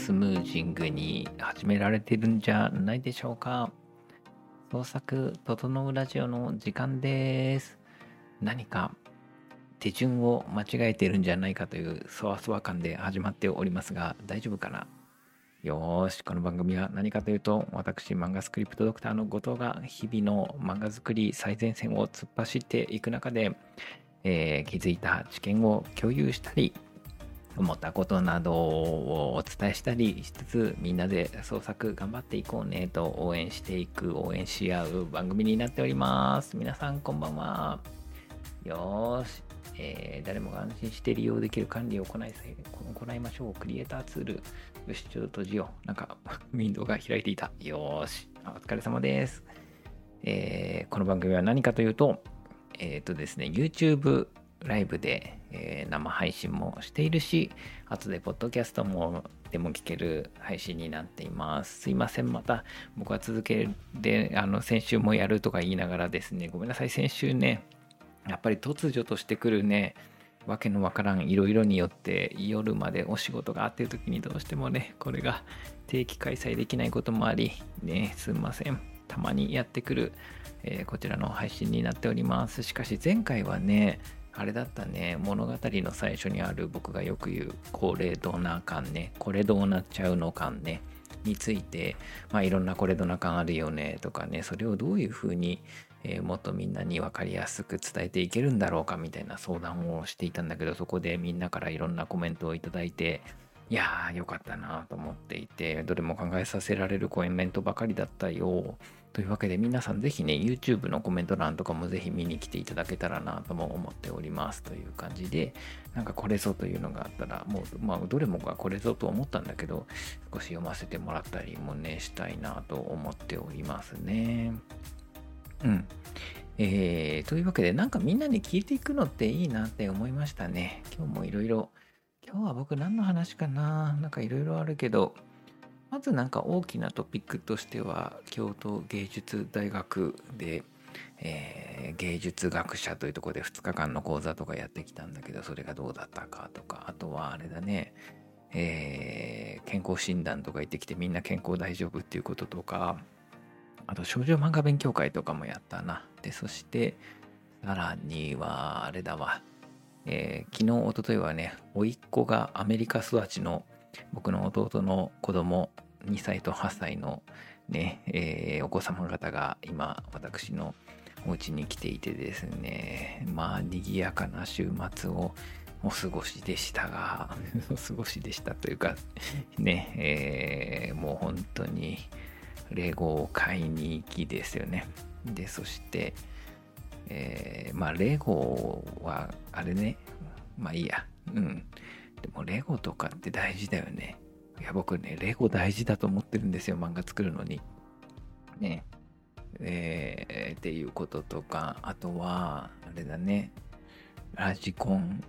スムージングに始められてるんじゃないでしょうか。創作整うラジオの時間です。何か手順を間違えてるんじゃないかというそわそわ感で始まっておりますが、大丈夫かな。よーし、この番組は何かというと、私、漫画スクリプトドクターの後藤が日々の漫画作り最前線を突っ走っていく中で、気づいた知見を共有したり、思ったことなどをお伝えしたりしつつ、みんなで創作頑張っていこうねと応援していく、応援し合う番組になっております。皆さんこんばんは。よーし、誰もが安心して利用できる管理を行いましょう。クリエイターツール。よし、ちょっと閉じよう。なんか、ウィンドウが開いていた。よーし、お疲れ様です。この番組は何かというと、ですね、YouTube ライブで、生配信もしているし、後でポッドキャストでも聞ける配信になっています。すいません、また僕は続けで、先週もやるとか言いながらですね、ごめんなさい、先週ね、やっぱり突如としてくるね、わけのわからんいろいろによって夜までお仕事があっている時にどうしてもね、これが定期開催できないこともあり、ね、すいません。たまにやってくる、こちらの配信になっております。しかし前回はね、あれだったね、物語の最初にある僕がよく言うこれどな感ね、これどうなっちゃうの感ね、について、いろんなこれどな感あるよねとかね、それをどういうふうに、もっとみんなに分かりやすく伝えていけるんだろうかみたいな相談をしていたんだけど、そこでみんなからいろんなコメントをいただいて、いやーよかったなと思っていて、どれも考えさせられるコメントばかりだったよ。というわけで皆さんぜひね、YouTube のコメント欄とかもぜひ見に来ていただけたらなとも思っておりますという感じで、なんかこれぞというのがあったら、もう、どれもがこれぞと思ったんだけど、少し読ませてもらったりもね、したいなと思っておりますね。うん。というわけで、なんかみんなに聞いていくのっていいなって思いましたね。今日もいろいろ、今日は僕何の話かな、なんかいろいろあるけど、まずなんか大きなトピックとしては、京都芸術大学で、芸術学者というところで2日間の講座とかやってきたんだけど、それがどうだったかとか、あとはあれだね、健康診断とか行ってきてみんな健康大丈夫っていうこととか、あと少女漫画勉強会とかもやったな。で、そしてさらにはあれだわ、昨日一昨日はね、甥っ子がアメリカ育ちの僕の弟の子供2歳と8歳のね、お子様方が今私のお家に来ていてですね、賑やかな週末をお過ごしでしたがお過ごしでしたというかね、もう本当にレゴを買いに行きですよね。で、そしてレゴはあれね、いいや。うん。でもレゴとかって大事だよね。いや、僕ね、レゴ大事だと思ってるんですよ、漫画作るのに。ね。っていうこととか、あとは、あれだね、ラジコン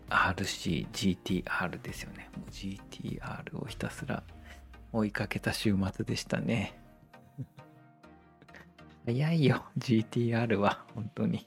RC、GTR ですよね。もう GTR をひたすら追いかけた週末でしたね。早いよ、GTR は、本当に。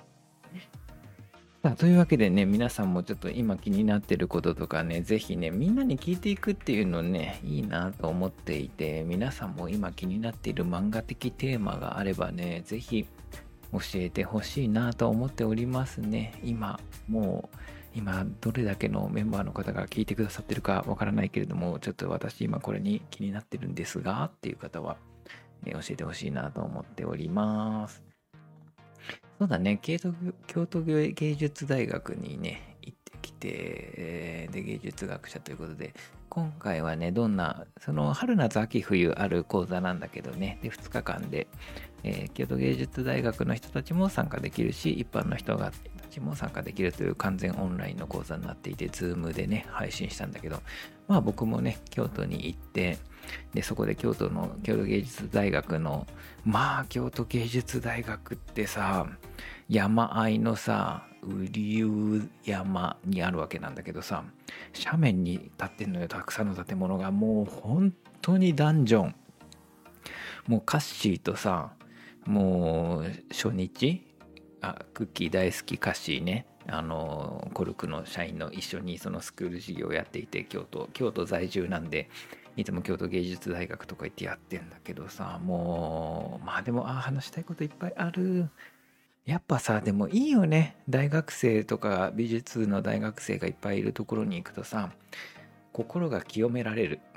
さあ、というわけでね、皆さんもちょっと今気になってることとかね、ぜひね、みんなに聞いていくっていうのね、いいなと思っていて、皆さんも今気になっている漫画的テーマがあればね、ぜひ教えてほしいなと思っておりますね。今どれだけのメンバーの方が聞いてくださってるかわからないけれども、ちょっと私今これに気になってるんですが、っていう方は、教えてほしいなと思っております。そうだね、京都芸術大学にね、行ってきて、で、芸術学者ということで、今回はね、その春夏秋冬ある講座なんだけどね、で、2日間で、京都芸術大学の人たちも参加できるし、一般の人たちも参加できるという完全オンラインの講座になっていて、Zoom でね、配信したんだけど、僕もね、京都に行って、で、そこで京都芸術大学の、京都芸術大学ってさ、山あいのさ、雨竜山にあるわけなんだけどさ、斜面に立ってんのよ、たくさんの建物が。もう本当にダンジョン。もうカッシーとさ、もう初日、クッキー大好きカッシーね、コルクの社員の一緒にそのスクール事業をやっていて、京都在住なんで、 いつも京都芸術大学とか行ってやってんだけどさ、もう、まあでも、話したいこといっぱいある。やっぱさ、でもいいよね。大学生とか美術の大学生がいっぱいいるところに行くとさ、心が清められる。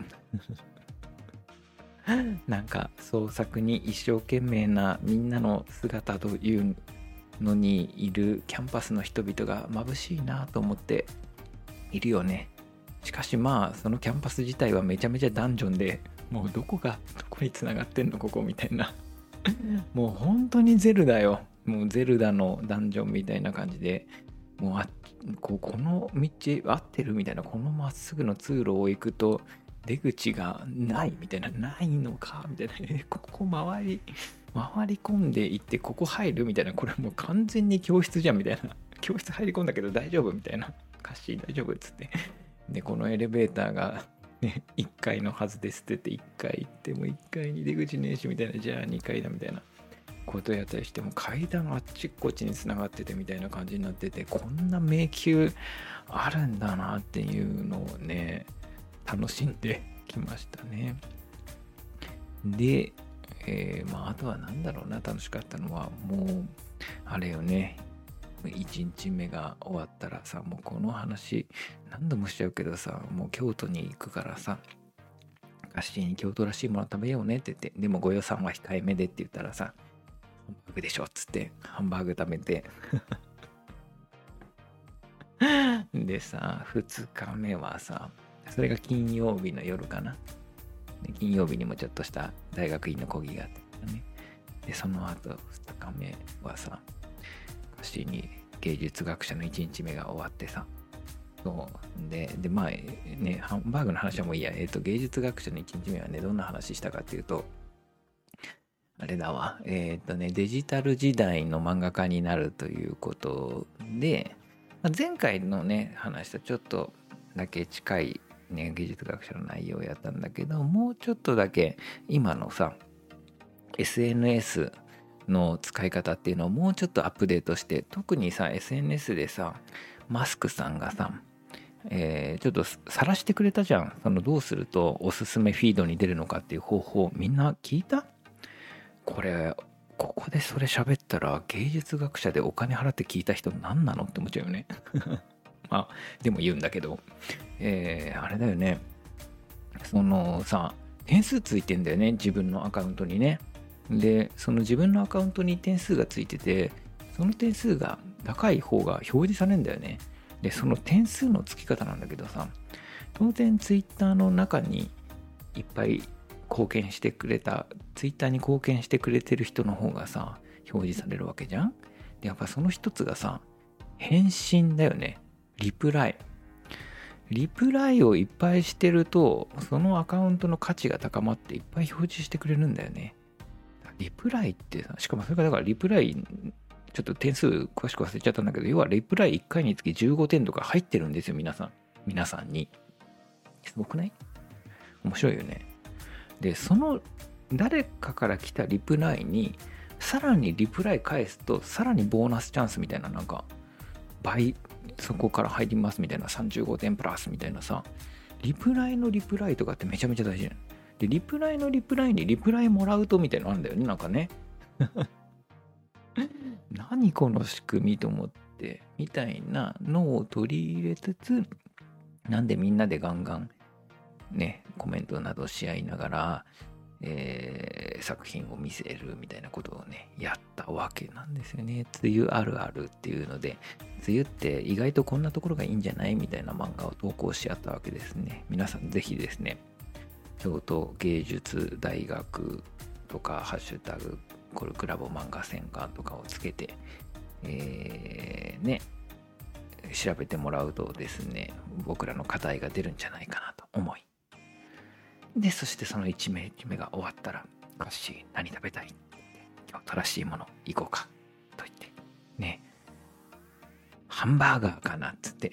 なんか創作に一生懸命なみんなの姿というのにいるキャンパスの人々が眩しいなと思っているよね。しかしまあそのキャンパス自体はめちゃめちゃダンジョンで、もうどこに繋がってんのここみたいな。もう本当にゼルダよ。もうゼルダのダンジョンみたいな感じで、もうこの道合ってるみたいな、このまっすぐの通路を行くと出口がないみたいな、ないのかみたいな、ここ回り込んでいってここ入るみたいな、これもう完全に教室じゃんみたいな、教室入り込んだけど大丈夫みたいな、カッシー大丈夫っつって、でこのエレベーターがね、1階のはずですって言って1階行っても1階に出口ねえしみたいな、じゃあ2階だみたいなことやったりしても、階段あっちこっちに繋がっててみたいな感じになってて、こんな迷宮あるんだなっていうのをね、楽しんできましたね。で、まああとはなんだろうな、楽しかったのはもうあれよね、1日目が終わったらさ、もうこの話何度もしちゃうけどさ、もう京都に行くからさ、ガッシーに京都らしいもの食べようねって言って、でもご予算は控えめでって言ったらさ、ハンバーグでしょっつってハンバーグ食べてでさ、2日目はさ、それが金曜日の夜かな。で金曜日にもちょっとした大学院の講義があってね。でその後2日目はさ、ガッシーに芸術学者の1日目が終わってさ、そうでまあね、ハンバーグの話はもういいや。芸術学者の1日目はね、どんな話したかっていうと、あれだわ。デジタル時代の漫画家になるということで、前回のね、話とちょっとだけ近いね、芸術学者の内容をやったんだけど、もうちょっとだけ今のさ、SNS の使い方っていうのをもうちょっとアップデートして、特にさ、SNS でさ、マスクさんがさ、ちょっと晒してくれたじゃん。そのどうするとおすすめフィードに出るのかっていう方法、みんな聞いた？ここでそれ喋ったら芸術学者でお金払って聞いた人何なのって思っちゃうよね。まあ、でも言うんだけど、あれだよね。そのさ、点数ついてんだよね、自分のアカウントにね。で、その自分のアカウントに点数がついてて、その点数が高い方が表示されるんだよね。で、その点数の付き方なんだけどさ、当然ツイッターの中にいっぱい貢献してくれた、ツイッターに貢献してくれてる人の方がさ、表示されるわけじゃん。で、やっぱその一つがさ、返信だよね。リプライ。リプライをいっぱいしてると、そのアカウントの価値が高まっていっぱい表示してくれるんだよね。リプライってさ、しかもそれからだからリプライ、ちょっと点数詳しく忘れちゃったんだけど、要はリプライ1回につき15点とか入ってるんですよ、皆さんに。すごくない？面白いよね。で、その誰かから来たリプライに、さらにリプライ返すと、さらにボーナスチャンスみたいな、なんか、倍、そこから入りますみたいな、35点プラスみたいなさ、リプライのリプライとかってめちゃめちゃ大事じゃん。で、リプライのリプライにリプライもらうとみたいなのあるんだよね、なんかね。何この仕組みと思って、みたいなのを取り入れつつ、なんでみんなでガンガンね、コメントなどし合いながら、作品を見せるみたいなことをね、やったわけなんですよね。梅雨あるあるっていうので、梅雨って意外とこんなところがいいんじゃないみたいな漫画を投稿し合ったわけですね。皆さんぜひですね、京都芸術大学とか、ハッシュタグ、コルクラボ漫画戦艦とかをつけて、ね、調べてもらうとですね、僕らの課題が出るんじゃないかなと思い。で、そしてその1名目が終わったら、ガッシー何食べたい？京都らしいもの行こうか。と言って。ね。ハンバーガーかなっつって。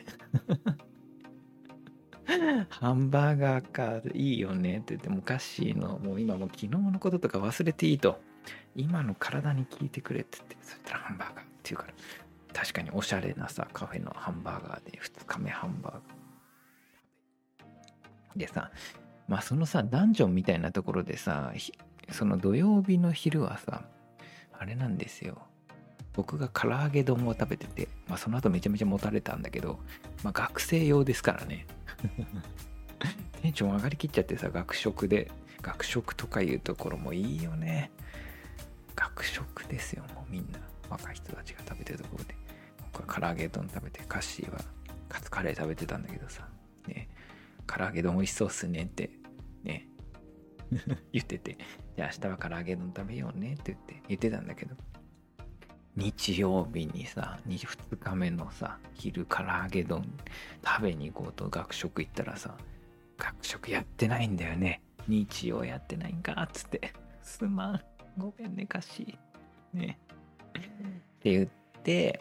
ハンバーガーか、いいよねって言って、もうガッシーの、もう今もう昨日のこととか忘れていいと。今の体に聞いてくれって言って、そしたらハンバーガーって言うから、確かにおしゃれなさ、カフェのハンバーガーで2日目ハンバーガー。でさ、 そのさ、ダンジョンみたいなところでさ、その土曜日の昼はさ、あれなんですよ。僕が唐揚げ丼を食べてて、その後めちゃめちゃもたれたんだけど、学生用ですからね。テンション上がりきっちゃってさ、学食とかいうところもいいよね。学食ですよ、もうみんな。若い人たちが食べてるところで。僕は唐揚げ丼食べて、カッシーはカツカレー食べてたんだけどさ、ね、唐揚げ丼美味しそうっすねって、ね、言ってて、じゃあ明日は唐揚げ丼食べようねって言ってたんだけど、日曜日にさ、2日目のさ、昼唐揚げ丼食べに行こうと学食行ったらさ、学食やってないんだよね。日曜やってないんかっつって、すまん、ごめんね、カッシー。ね。って言って、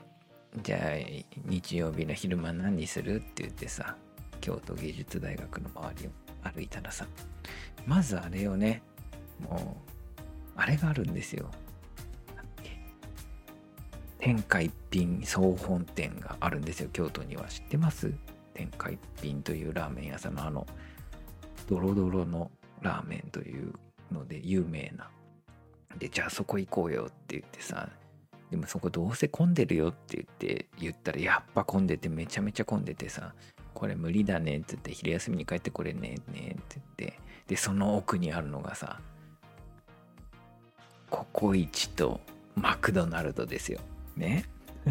じゃあ日曜日の昼間何するって言ってさ、京都芸術大学の周りを歩いたらさ、まずあれよね、もうあれがあるんですよ。天下一品総本店があるんですよ、京都には。知ってます？天下一品というラーメン屋さんのドロドロのラーメンというので有名な。で、じゃあそこ行こうよって言ってさ、でもそこどうせ混んでるよって言ったら、やっぱ混んでて、めちゃめちゃ混んでてさ、これ無理だねって言って、昼休みに帰ってこれねって言って、でその奥にあるのがさ、ココイチとマクドナルドですよね。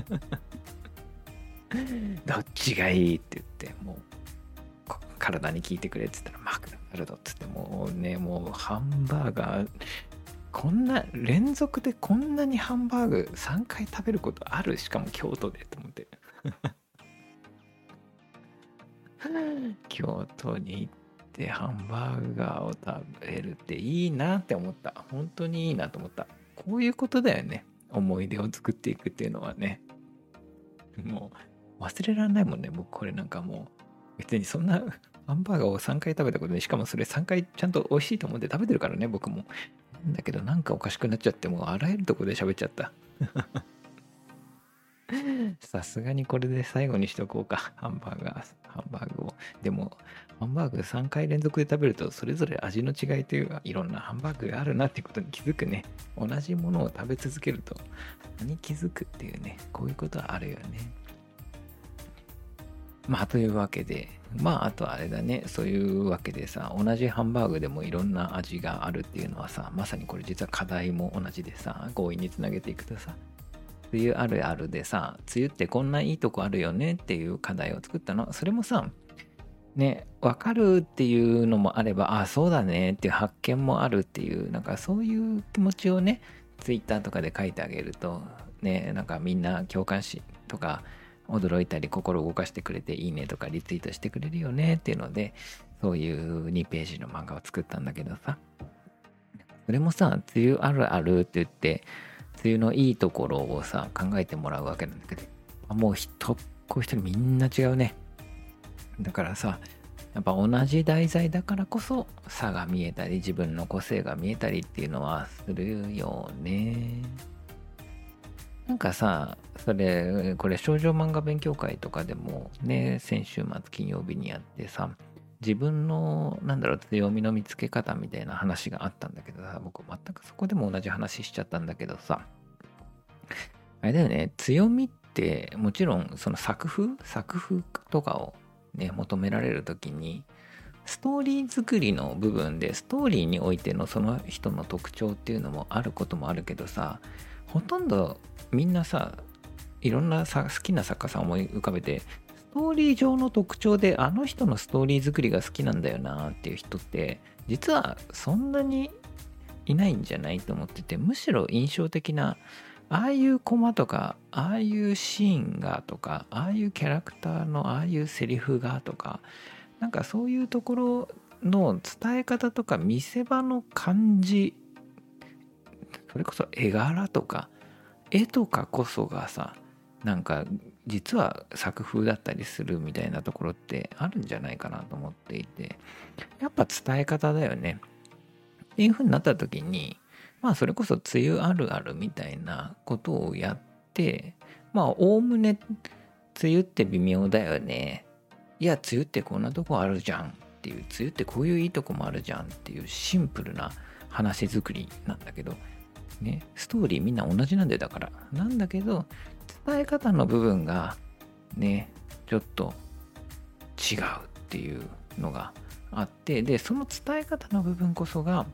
どっちがいいって言って、もう体に効いてくれって言ったらマクドナルドって言って、もうね、もうハンバーガー、こんな連続でこんなにハンバーグ3回食べることある？しかも京都でと思って京都に行ってハンバーガーを食べるっていいなって思った。本当にいいなと思った。こういうことだよね、思い出を作っていくっていうのはね。もう忘れられないもんね。僕これなんかもう別にそんなハンバーガーを3回食べたことで、しかもそれ3回ちゃんと美味しいと思って食べてるからね、僕も。だけどなんかおかしくなっちゃって、もうあらゆるとこで喋っちゃった。さすがにこれで最後にしとこうか。ハンバーグを。でも、ハンバーグ3回連続で食べると、それぞれ味の違いというか、いろんなハンバーグがあるなっていうことに気づくね。同じものを食べ続けると、何気づくっていうね、こういうことはあるよね。というわけで、あとあれだね、そういうわけでさ、同じハンバーグでもいろんな味があるっていうのはさ、まさにこれ実は課題も同じでさ、強引につなげていくとさ、梅雨あるあるでさ、梅雨ってこんないいとこあるよねっていう課題を作ったの。それもさ、ね、わかるっていうのもあれば、そうだねっていう発見もあるっていう、なんかそういう気持ちをね、ツイッターとかで書いてあげると、ね、なんかみんな共感しとか、驚いたり心を動かしてくれていいねとかリツイートしてくれるよねっていうので、そういう2ページの漫画を作ったんだけどさ、それもさ、梅雨あるあるって言って、梅雨のいいところをさ、考えてもらうわけなんだけど、もう一人みんな違うね。だからさ、やっぱ同じ題材だからこそ差が見えたり、自分の個性が見えたりっていうのはするよね。なんかさ、これ少女漫画勉強会とかでもね、先週末金曜日にやってさ、自分の強みの見つけ方みたいな話があったんだけどさ、僕全くそこでも同じ話しちゃったんだけどさ、あれだよね、強みってもちろんその作風とかをね求められるときに、ストーリー作りの部分でストーリーにおいてのその人の特徴っていうのもあることもあるけどさ、ほとんどみんなさ、いろんな好きな作家さんを思い浮かべて、ストーリー上の特徴であの人のストーリー作りが好きなんだよなっていう人って実はそんなにいないんじゃないと思ってて、むしろ印象的なああいうコマとか、ああいうシーンがとか、ああいうキャラクターのああいうセリフがとか、なんかそういうところの伝え方とか見せ場の感じ、それこそ絵柄とか絵とかこそがさ、なんか実は作風だったりするみたいなところってあるんじゃないかなと思っていて、やっぱ伝え方だよねっていう風になった時に、それこそ梅雨あるあるみたいなことをやって、おおむね梅雨って微妙だよね、いや梅雨ってこんなとこあるじゃんってっていう、梅雨ってこういういいとこもあるじゃんっていうシンプルな話作りなんだけど、ね、ストーリーみんな同じなんでだから。なんだけど、伝え方の部分がね、ちょっと違うっていうのがあって、で、その伝え方の部分こそが、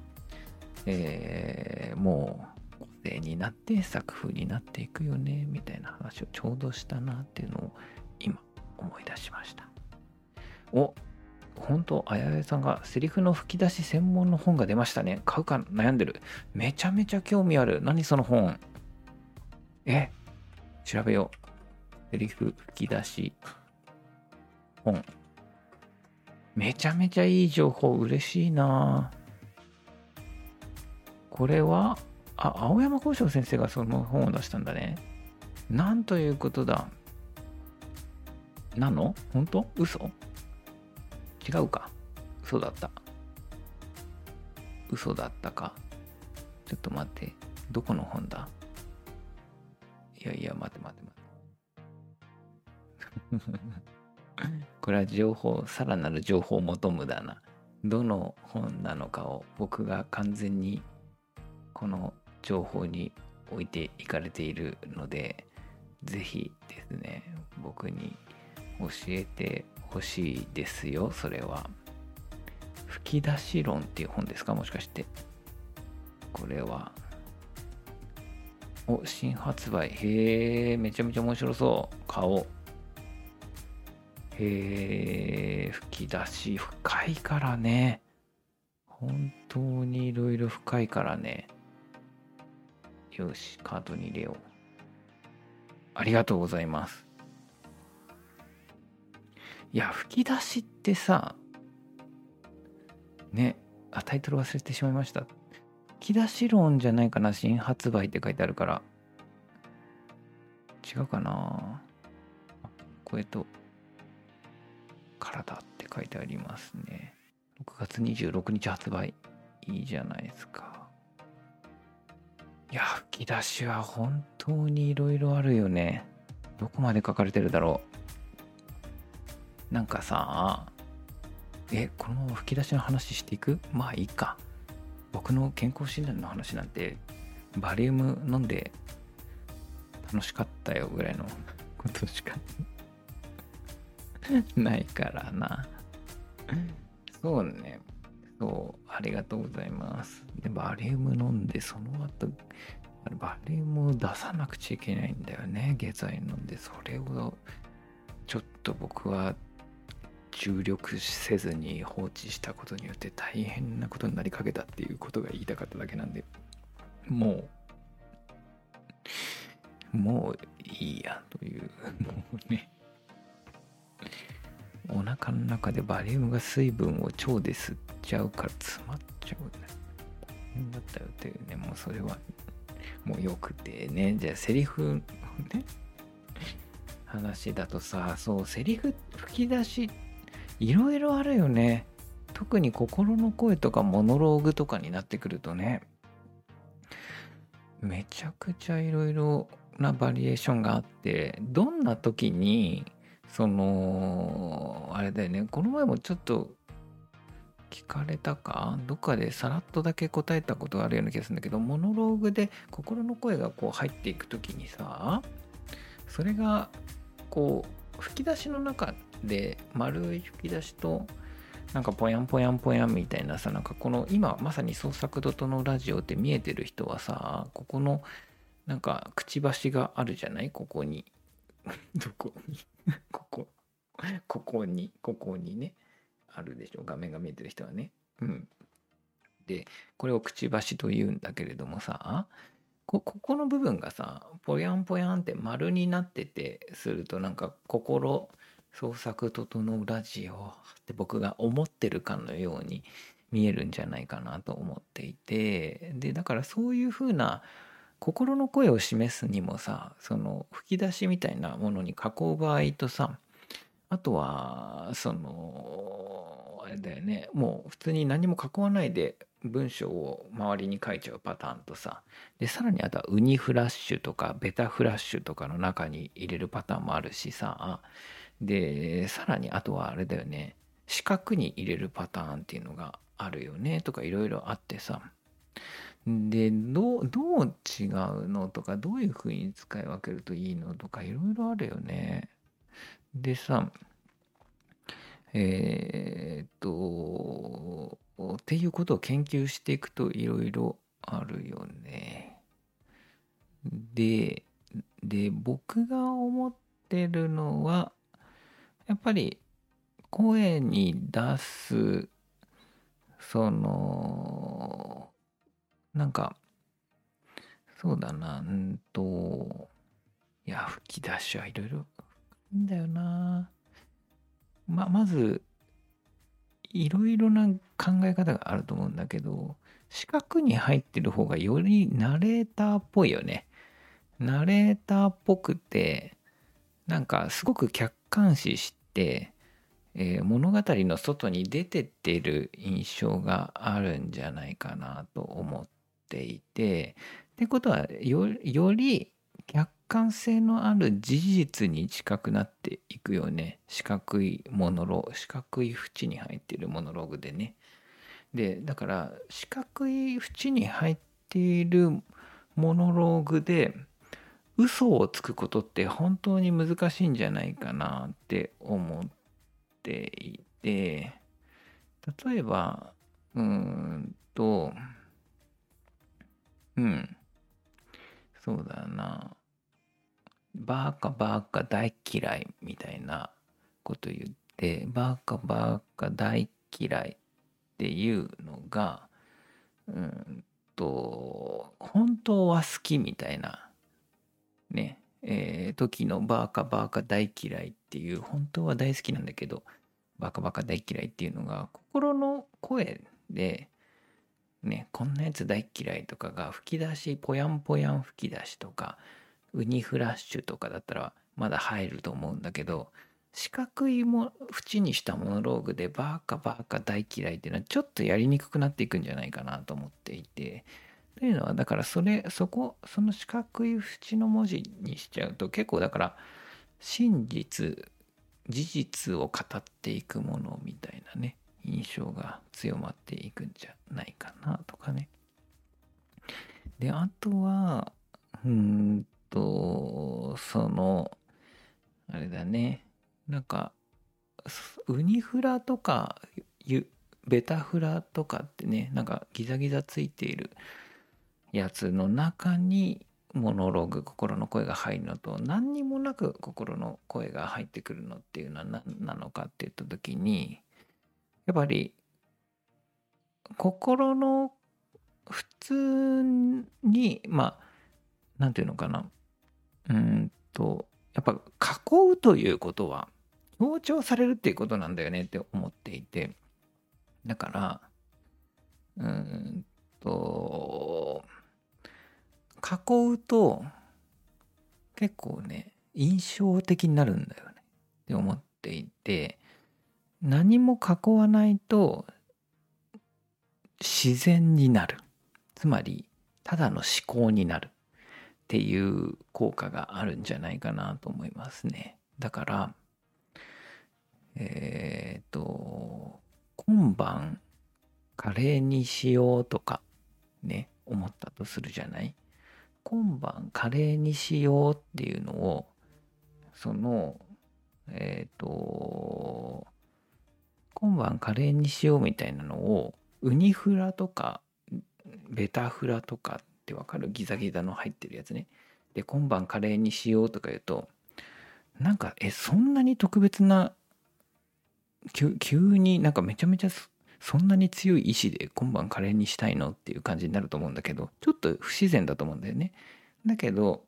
もう個性になって作風になっていくよね、みたいな話をちょうどしたなっていうのを今思い出しました。本当、あややさんがセリフの吹き出し専門の本が出ましたね。買うか悩んでる。めちゃめちゃ興味ある。何その本。調べよう。セリフ吹き出し本。めちゃめちゃいい情報。嬉しいな。これは、青山幸章先生がその本を出したんだね。なんということだ。なの？本当？嘘？違うか。嘘だった。嘘だったか。ちょっと待って。どこの本だ？いや、待って。これはさらなる情報を求むだな。どの本なのかを僕が完全にこの情報に置いていかれているので、ぜひですね、僕に教えてほしいですよ、それは。吹き出し論っていう本ですか、もしかして。これは。新発売。へえ、めちゃめちゃ面白そう。買おう。吹き出し深いからね。本当にいろいろ深いからね。よし、カートに入れよう。ありがとうございます。いや、吹き出しってさ、ね、タイトル忘れてしまいました。吹き出し論じゃないかな、新発売って書いてあるから。違うかな。声と体って書いてありますね。6月26日発売。いいじゃないですか。いや、吹き出しは本当にいろいろあるよね。どこまで書かれてるだろう。なんかさ、このまま吹き出しの話していく？まあいいか。僕の健康診断の話なんて、バリウム飲んで楽しかったよぐらいのことしかないからな。そうね。そう、ありがとうございます。で、バリウム飲んで、その後、バリウムを出さなくちゃいけないんだよね。下剤飲んで、それを、ちょっと僕は、注力せずに放置したことによって大変なことになりかけたっていうことが言いたかっただけなんで、もういいやという、もうね、お腹の中でバリウムが水分を腸で吸っちゃうから詰まっちゃうね。大変だったよっていうね、もうそれはもうよくてね。じゃあセリフのね、話だとさ、そう、セリフ吹き出しいろいろあるよね。特に心の声とかモノローグとかになってくるとね、めちゃくちゃいろいろなバリエーションがあって、どんな時にあれだよね、この前もちょっと聞かれたかどっかでさらっとだけ答えたことがあるような気がするんだけど、モノローグで心の声がこう入っていく時にさ、それがこう吹き出しの中で丸い吹き出しとなんかポヤンポヤンポヤンみたいなさ、なんかこの今まさに創作ドトのラジオって見えてる人はさ、ここのなんかくちばしがあるじゃない？ここにどこにここにねあるでしょ、画面が見えてる人はね。でこれをくちばしと言うんだけれどもさ、ここの部分がさポヤンポヤンって丸になっててすると、なんか心創作整うラジオって僕が思ってるかのように見えるんじゃないかなと思っていて、でだからそういう風な心の声を示すにもさ、その吹き出しみたいなものに囲う場合とさ、あとはあれだよね、もう普通に何も囲わないで文章を周りに書いちゃうパターンとさ、でさらにあとはウニフラッシュとかベタフラッシュとかの中に入れるパターンもあるしさ、でさらにあとはあれだよね、 四角に入れるパターンっていうのがあるよねとかいろいろあってさ。で、どう違うのとか、どういうふうに使い分けるといいのとかいろいろあるよね。でさ、っていうことを研究していくといろいろあるよね。で、僕が思ってるのは、やっぱり声に出す、なんか、そうだな、いや、吹き出しはいろいろいいんだよな。まず、いろいろな考え方があると思うんだけど、四角に入ってる方がよりナレーターっぽいよね。ナレーターっぽくて、なんかすごく客観視して、物語の外に出てっている印象があるんじゃないかなと思っていて、ってことはより客観性のある事実に近くなっていくよね。四角い縁に入っているモノローグでね。で、だから四角い縁に入っているモノローグで嘘をつくことって本当に難しいんじゃないかなって思っていて、例えば、うーんと、うん、そうだな、バカバカ大嫌いみたいなこと言って、バカバカ大嫌いっていうのが、うーん本当は好きみたいなね、時のバカバカ大嫌いっていう、本当は大好きなんだけど、バカバカ大嫌いっていうのが心の声でね、こんなやつ大嫌いとかが吹き出し、ぽやんぽやん吹き出しとか、ウニフラッシュとかだったらまだ入ると思うんだけど、四角い縁にしたモノローグでバカバカ大嫌いっていうのはちょっとやりにくくなっていくんじゃないかなと思っていて、というのはだからその四角い縁の文字にしちゃうと結構だから真実、事実を語っていくものみたいなね、印象が強まっていくんじゃないかなとかね。で、あとは、あれだね、なんか、ウニフラとか、ベタフラとかってね、なんかギザギザついているやつの中に、モノローグ、心の声が入るのと、何にもなく心の声が入ってくるのっていうのは何なのかって言った時に、やっぱり心の普通に、なんていうのかな。やっぱ囲うということは強調されるっていうことなんだよねって思っていて。だから、うーんと、囲うと結構ね、印象的になるんだよねって思っていて、何も囲わないと自然になる。つまり、ただの思考になるっていう効果があるんじゃないかなと思いますね。だから、今晩カレーにしようとかね、思ったとするじゃない。今晩カレーにしようっていうのを、その、今晩カレーにしようみたいなのを、ウニフラとか、ベタフラとかってわかる？ギザギザの入ってるやつね。で、今晩カレーにしようとか言うと、なんか、そんなに特別な、急になんかめちゃめちゃそんなに強い意志で今晩カレーにしたいのっていう感じになると思うんだけど、ちょっと不自然だと思うんだよね。だけど、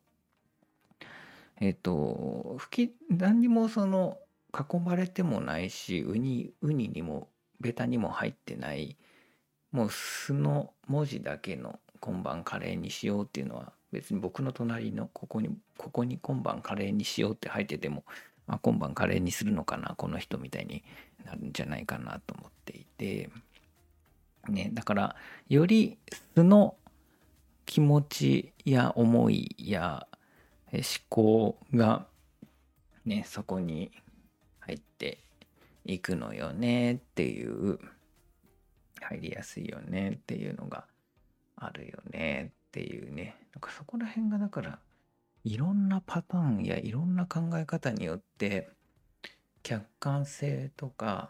何にも囲まれてもないし、ウニにもベタにも入ってない、もう素の文字だけの今晩カレーにしようっていうのは、別に僕の隣のここに今晩カレーにしようって入ってても、今晩カレーにするのかな、この人みたいになるんじゃないかなと思っていて、ね、だからより素の気持ちや思いや思考がね、そこに入っていくのよねっていう、入りやすいよねっていうのがあるよねっていうね。なんかそこら辺がだからいろんなパターンやいろんな考え方によって客観性とか、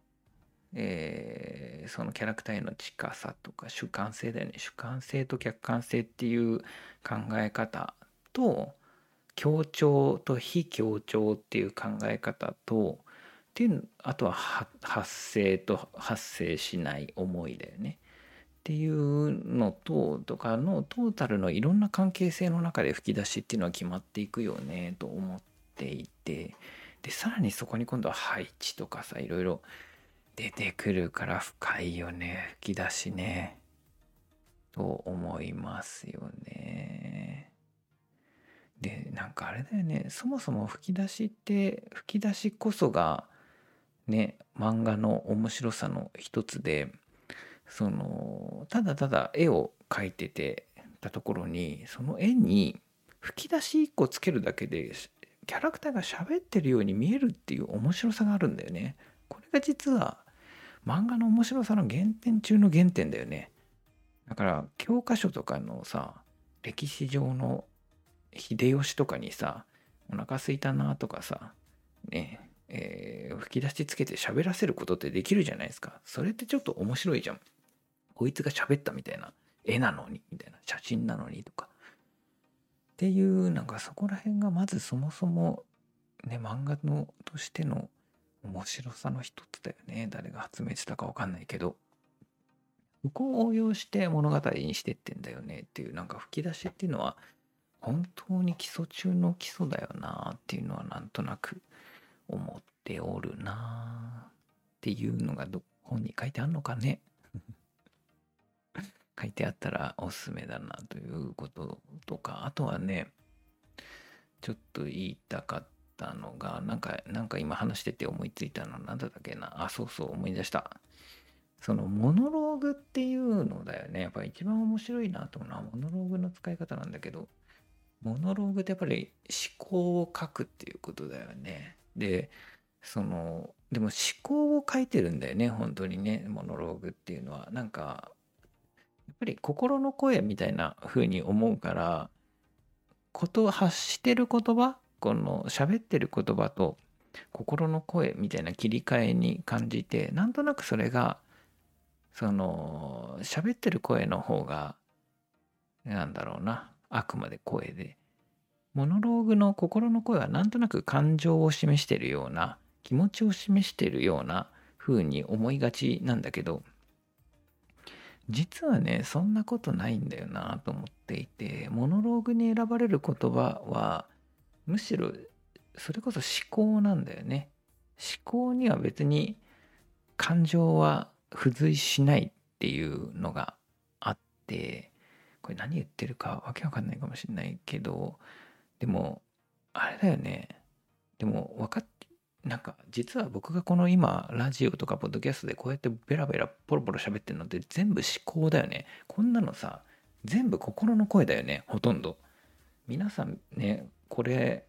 そのキャラクターへの近さとか主観性だよね。主観性と客観性っていう考え方と協調と非協調っていう考え方とっていうあとは発生と発生しない思いだよね。っていうのとかのトータルのいろんな関係性の中で吹き出しっていうのは決まっていくよねと思っていて、でさらにそこに今度は配置とかさ、いろいろ出てくるから深いよね、吹き出しねと思いますよね。でなんかあれだよね、そもそも吹き出しって吹き出しこそがね漫画の面白さの一つで、そのただただ絵を描いててたところにその絵に吹き出し1個つけるだけでキャラクターが喋ってるように見えるっていう面白さがあるんだよね。これが実は漫画の面白さの原点中の原点だよね。だから教科書とかのさ、歴史上の秀吉とかにさ、お腹すいたなとかさ、ね吹き出しつけて喋らせることってできるじゃないですか。それってちょっと面白いじゃん。こいつが喋ったみたいな、絵なのにみたいな、写真なのにとかっていう、なんかそこら辺がまずそもそもね漫画のとしての面白さの一つだよね。誰が発明したかわかんないけど、そこを応用して物語にしてってんだよねっていう、なんか吹き出しっていうのは本当に基礎中の基礎だよなっていうのはなんとなく思っておるなっていうのが本に書いてあるのかね。書いてあったらおすすめだなということとか、あとはね、ちょっと言いたかったのが、なんか今話してて思いついたのなんだったっけな。あ、そうそう思い出した。そのモノローグっていうのだよね。やっぱり一番面白いなと思うのはモノローグの使い方なんだけど、モノローグってやっぱり思考を書くっていうことだよね。で、でも思考を書いてるんだよね、本当にね、モノローグっていうのは。なんか、やっぱり心の声みたいな風に思うから、発してる言葉、この喋ってる言葉と心の声みたいな切り替えに感じて、なんとなくそれが、喋ってる声の方が、なんだろうな、あくまで声で、モノローグの心の声はなんとなく感情を示しているような、気持ちを示しているような風に思いがちなんだけど、実はね、そんなことないんだよなと思っていて、モノローグに選ばれる言葉は、むしろそれこそ思考なんだよね。思考には別に感情は付随しないっていうのがあって、これ何言ってるかわけわかんないかもしれないけど、でも、あれだよね。でもなんか実は僕がこの今ラジオとかポッドキャストでこうやってベラベラポロポロ喋ってるのって全部思考だよね。こんなのさ、全部心の声だよね、ほとんど。皆さんね、これ、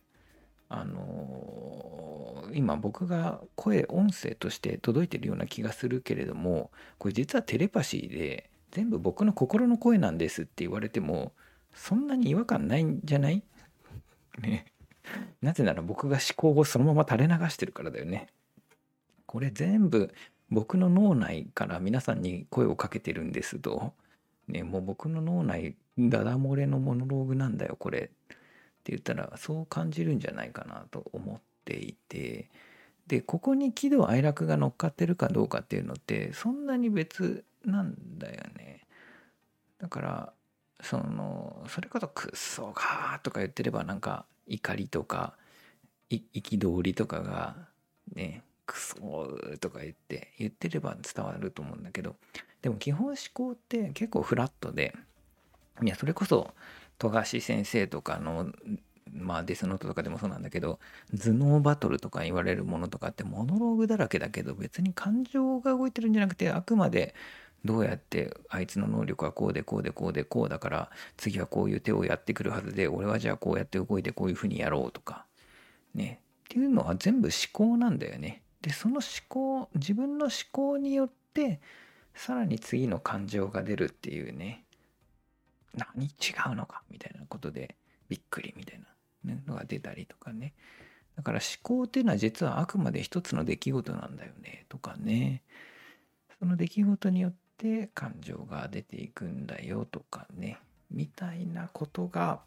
今僕が音声として届いてるような気がするけれども、これ実はテレパシーで全部僕の心の声なんですって言われても、そんなに違和感ないんじゃないね。なぜなら僕が思考をそのまま垂れ流してるからだよね。これ全部僕の脳内から皆さんに声をかけてるんですと。ね、もう僕の脳内ダダ漏れのモノローグなんだよこれって言ったらそう感じるんじゃないかなと思っていて、でここに喜怒哀楽が乗っかってるかどうかっていうのってそんなに別なんだよね。だからそれこそクソがーとか言ってればなんか怒りとか憤りとかがねクソーとか言ってれば伝わると思うんだけど、でも基本思考って結構フラットで、いやそれこそ富樫先生とかのまあデスノートとかでもそうなんだけど、頭脳バトルとか言われるものとかってモノローグだらけだけど別に感情が動いてるんじゃなくて、あくまでどうやってあいつの能力はこうでこうでこうでこうだから次はこういう手をやってくるはずで、俺はじゃあこうやって動いてこういうふうにやろうとかねっていうのは全部思考なんだよね。 でその自分の思考によってさらに次の感情が出るっていうね、何違うのかみたいなことでびっくりみたいな、ね、のが出たりとかね。だから思考っていうのは実はあくまで一つの出来事なんだよねとかね。その出来事によって感情が出ていくんだよとかね。みたいなことが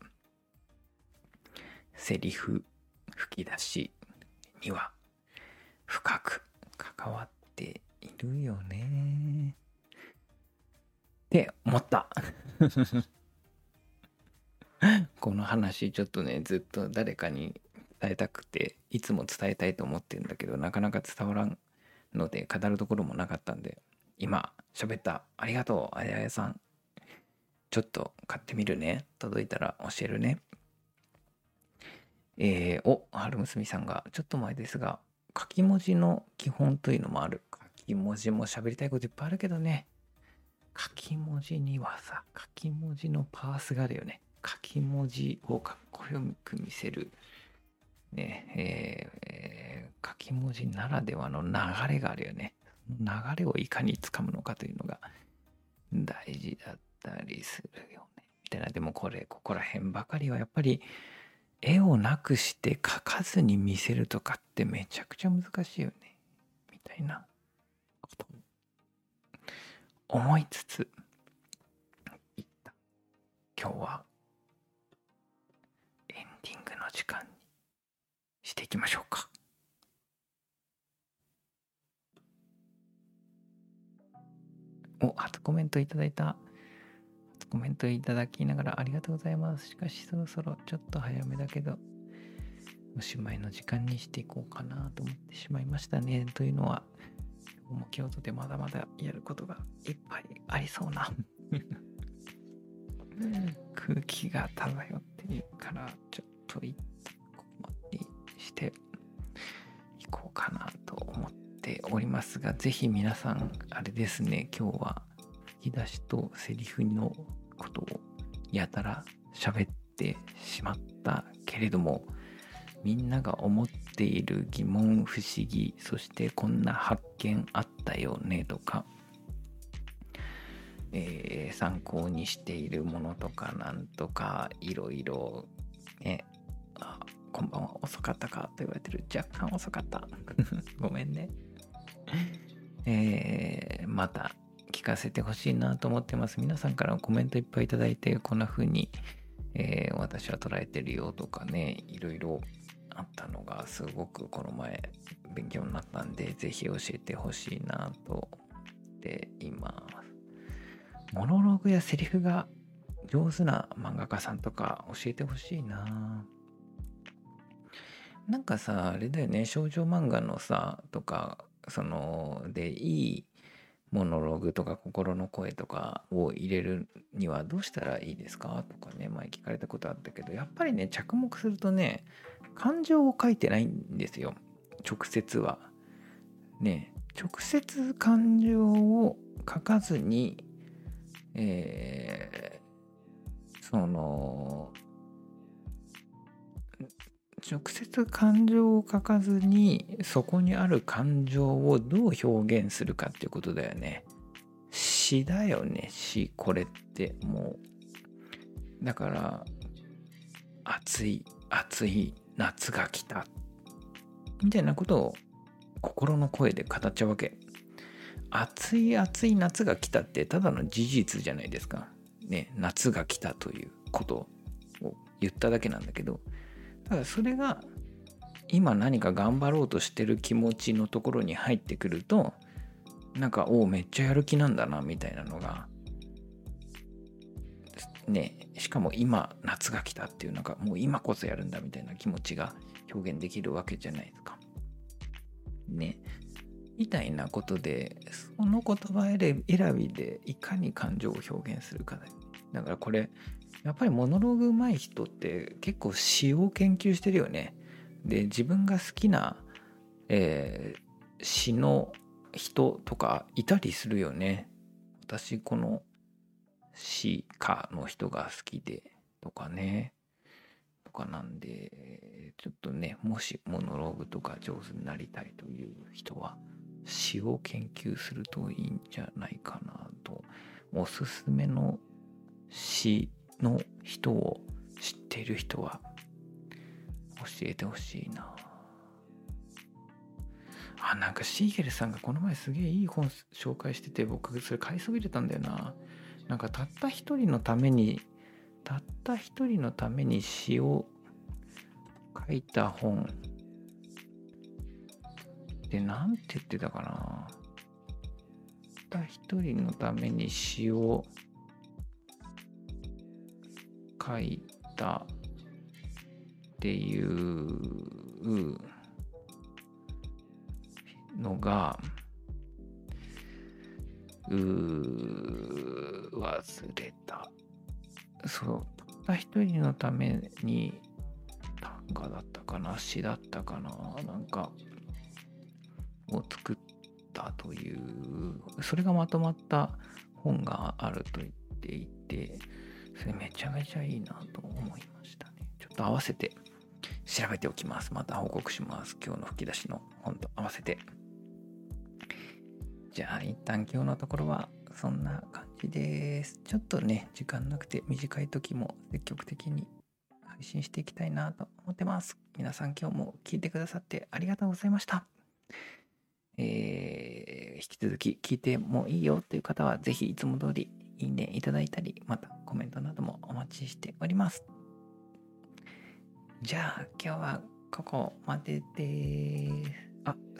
セリフ吹き出しには深く関わっているよねって思ったこの話ちょっとねずっと誰かに伝えたくていつも伝えたいと思ってるんだけどなかなか伝わらんので語るところもなかったんで今喋った。ありがとうあややさん。ちょっと買ってみるね。届いたら教えるね。春娘さんがちょっと前ですが書き文字の基本というのもある。書き文字も喋りたいこといっぱいあるけどね。書き文字にはさ、書き文字のパースがあるよね。書き文字をかっこよく見せる、ね書き文字ならではの流れがあるよね。流れをいかにつかむのかというのが大事だったりするよね。みたいな。でもここら辺ばかりはやっぱり絵をなくして描かずに見せるとかってめちゃくちゃ難しいよね。みたいなことを思いつつ、今日はエンディングの時間にしていきましょうか。初コメントいただいた。初コメントいただきながらありがとうございます。しかしそろそろちょっと早めだけど、おしまいの時間にしていこうかなと思ってしまいましたね。というのは、今日も京都でまだまだやることがいっぱいありそうな空気が漂っているから、ちょっと一旦ここまでにしていこうかなと思っておりますが、ぜひ皆さん、あれですね、今日は吹き出しとセリフのことをやたら喋ってしまったけれども、みんなが思っている疑問不思議、そしてこんな発見あったよねとか、参考にしているものとかなんとかいろいろね、こんばんは遅かったかと言われてる。若干遅かったごめんね。また聞かせてほしいなと思ってます。皆さんからコメントいっぱいいただいて、こんな風に、私は捉えてるよとかね、いろいろあったのがすごくこの前勉強になったんで、ぜひ教えてほしいなと思っています。モノローグやセリフが上手な漫画家さんとか教えてほしいな。なんかさ、あれだよね、少女漫画のさ、とか、でいいモノローグとか心の声とかを入れるにはどうしたらいいですかとかね、前聞かれたことあったけど、やっぱりね、着目するとね、感情を書いてないんですよ。直接は。ね、直接感情を書かずに、直接感情を書かずにそこにある感情をどう表現するかっていうことだよね。詩だよね、詩。これってもうだから暑い夏が来たみたいなことを心の声で語っちゃうわけ。暑い夏が来たってただの事実じゃないですかね。夏が来たということを言っただけなんだけど、だからそれが今何か頑張ろうとしてる気持ちのところに入ってくると、なんかめっちゃやる気なんだなみたいなのがね、しかも今夏が来たっていう、なんかもう今こそやるんだみたいな気持ちが表現できるわけじゃないですかね。みたいなことで、その言葉選びでいかに感情を表現するかだよ。だからこれやっぱりモノローグ上手い人って結構詩を研究してるよね。で、自分が好きな、詩の人とかいたりするよね。私この詩家の人が好きでとかね。 とかなんで、ちょっとね、もしモノローグとか上手になりたいという人は、詩を研究するといいんじゃないかなと。おすすめの詩の人を知っている人は教えてほしいな。なんかシーゲルさんがこの前すげえいい本紹介してて、僕それ買いそびれたんだよな。なんかたった一人のために詩を書いた本で、なんて言ってたかな。たった一人のために詩を書いたっていうのが忘れた。そう、たった一人のために短歌だったかな、詩だったかな、なんかを作ったという、それがまとまった本があると言っていて、それめちゃめちゃいいなと思いましたね。ちょっと合わせて調べておきます。また報告します。今日の吹き出しの本と合わせて。じゃあ一旦今日のところはそんな感じです。ちょっとね、時間なくて短い時も積極的に配信していきたいなと思ってます。皆さん今日も聞いてくださってありがとうございました。引き続き聞いてもいいよという方はぜひいつも通りいいねいただいたり、またコメントなどもお待ちしております。じゃあ今日はここまでです。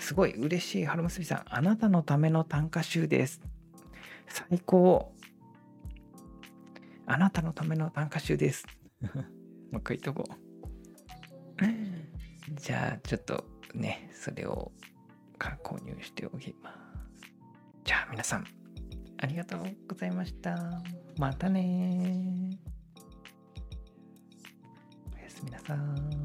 すごい嬉しい。春結びさん、あなたのための短歌集です。最高。あなたのための短歌集です。もう一回言っとこう。じゃあちょっとね、それを購入しておきます。じゃあ皆さんありがとうございました。またね。おやすみなさい。